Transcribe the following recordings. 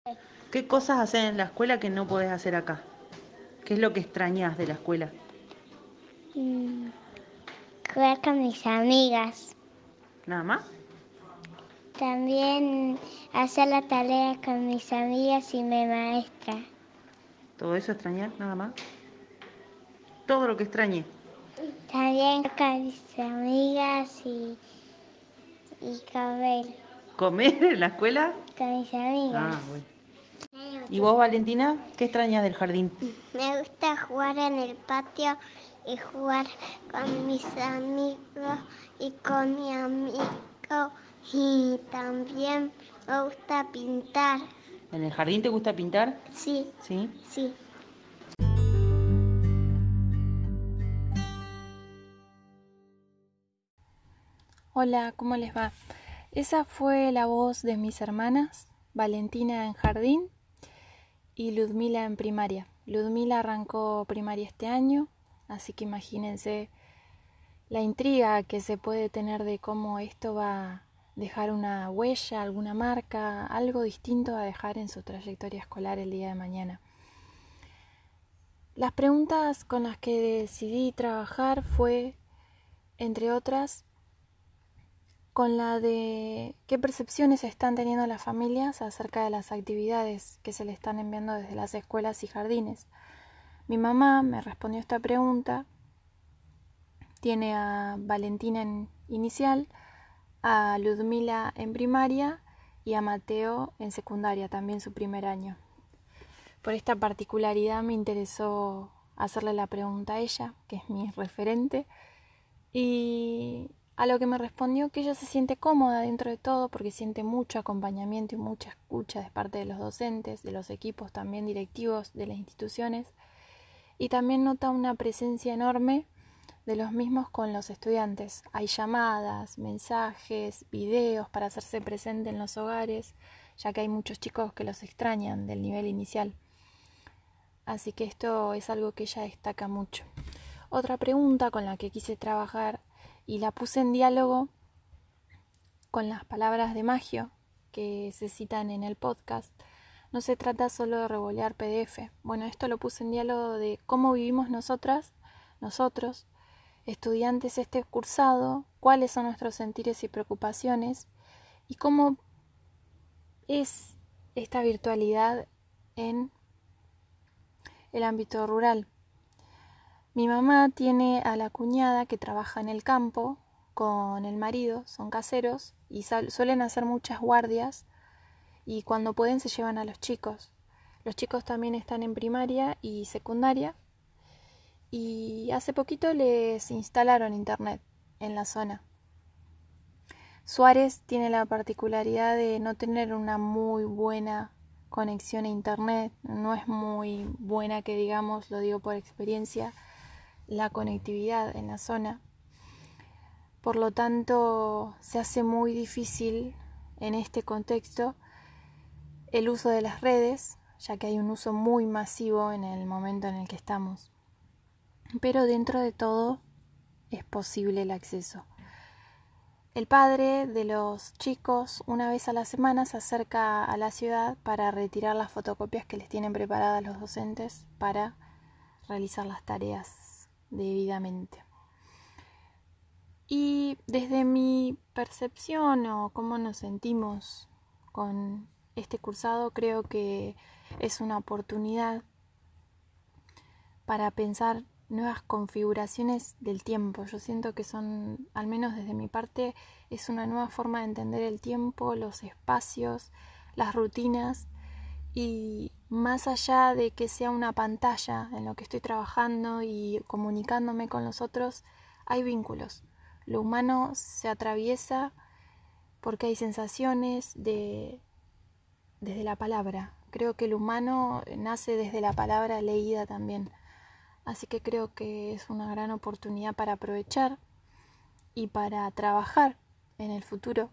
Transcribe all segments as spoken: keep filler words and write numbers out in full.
¿Qué cosas haces en la escuela que no podés hacer acá? ¿Qué es lo que extrañas de la escuela? Mm, jugar con mis amigas. ¿Nada más? También hacer la tarea con mis amigas y mi maestra. ¿Todo eso extrañas? ¿Nada más? Todo lo que extrañe. También con mis amigas y, y comer ¿Comer en la escuela? con mis amigas. Ah, bueno. ¿Y vos, Valentina, qué extrañas del jardín? Me gusta jugar en el patio y jugar con mis amigos y con mi amigo. Y también me gusta pintar. ¿En el jardín te gusta pintar? Sí, Sí. sí. Hola, ¿cómo les va? Esa fue la voz de mis hermanas, Valentina en jardín y Ludmila en primaria. Ludmila arrancó primaria este año, así que imagínense la intriga que se puede tener de cómo esto va a dejar una huella, alguna marca, algo distinto a dejar en su trayectoria escolar el día de mañana. Las preguntas con las que decidí trabajar fue, entre otras, con la de qué percepciones están teniendo las familias acerca de las actividades que se le están enviando desde las escuelas y jardines. Mi mamá me respondió esta pregunta. Tiene a Valentina en inicial, a Ludmila en primaria y a Mateo en secundaria, también su primer año. Por esta particularidad me interesó hacerle la pregunta a ella, que es mi referente, y a lo que me respondió que ella se siente cómoda dentro de todo porque siente mucho acompañamiento y mucha escucha de parte de los docentes, de los equipos también directivos de las instituciones, y también nota una presencia enorme de los mismos con los estudiantes. Hay llamadas, mensajes, videos para hacerse presente en los hogares, ya que hay muchos chicos que los extrañan del nivel inicial. Así que esto es algo que ella destaca mucho. Otra pregunta con la que quise trabajar y la puse en diálogo con las palabras de Magio que se citan en el podcast. No se trata solo de revolear P D F. Bueno, esto lo puse en diálogo de cómo vivimos nosotras, nosotros, estudiantes este cursado, cuáles son nuestros sentires y preocupaciones y cómo es esta virtualidad en el ámbito rural. Mi mamá tiene a la cuñada que trabaja en el campo con el marido, son caseros y sal- suelen hacer muchas guardias y cuando pueden se llevan a los chicos. Los chicos también están en primaria y secundaria y hace poquito les instalaron internet en la zona. Suárez tiene la particularidad de no tener una muy buena conexión a internet, no es muy buena que digamos, lo digo por experiencia, la conectividad en la zona. Por lo tanto, se hace muy difícil en este contexto el uso de las redes, ya que hay un uso muy masivo en el momento en el que estamos. Pero dentro de todo es posible el acceso. El padre de los chicos una vez a la semana se acerca a la ciudad para retirar las fotocopias que les tienen preparadas los docentes para realizar las tareas debidamente. Y desde mi percepción o cómo nos sentimos con este cursado, creo que es una oportunidad para pensar nuevas configuraciones del tiempo. Yo siento que son, al menos desde mi parte, es una nueva forma de entender el tiempo, los espacios, las rutinas, y más allá de que sea una pantalla en lo que estoy trabajando y comunicándome con los otros, hay vínculos. Lo humano se atraviesa porque hay sensaciones de, desde la palabra. Creo que el humano nace desde la palabra leída también. Así que creo que es una gran oportunidad para aprovechar y para trabajar en el futuro.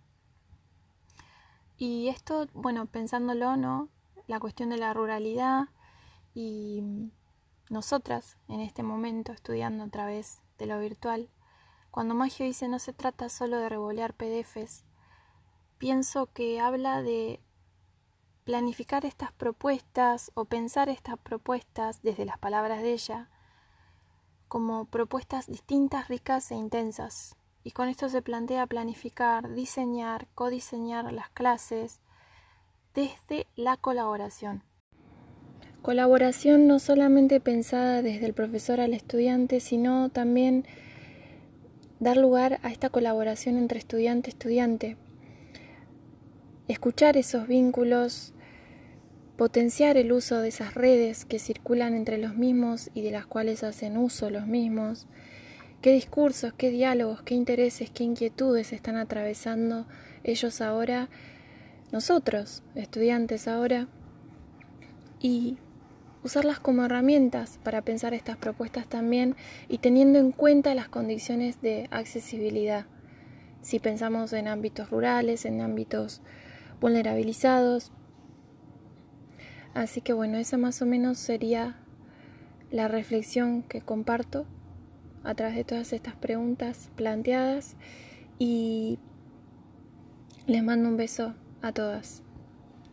Y esto, bueno, pensándolo, ¿no? La cuestión de la ruralidad y nosotras en este momento estudiando a través de lo virtual. Cuando Magio dice no se trata solo de revolear P D Fs, pienso que habla de planificar estas propuestas o pensar estas propuestas desde las palabras de ella como propuestas distintas, ricas e intensas. Y con esto se plantea planificar, diseñar, codiseñar las clases desde la colaboración. Colaboración no solamente pensada desde el profesor al estudiante, sino también dar lugar a esta colaboración entre estudiante-estudiante. Escuchar esos vínculos, potenciar el uso de esas redes que circulan entre los mismos y de las cuales hacen uso los mismos. Qué discursos, qué diálogos, qué intereses, qué inquietudes están atravesando ellos ahora, nosotros, estudiantes ahora, y usarlas como herramientas para pensar estas propuestas también y teniendo en cuenta las condiciones de accesibilidad. Si pensamos en ámbitos rurales, en ámbitos vulnerabilizados. Así que bueno, esa más o menos sería la reflexión que comparto a través de todas estas preguntas planteadas y les mando un beso a todas.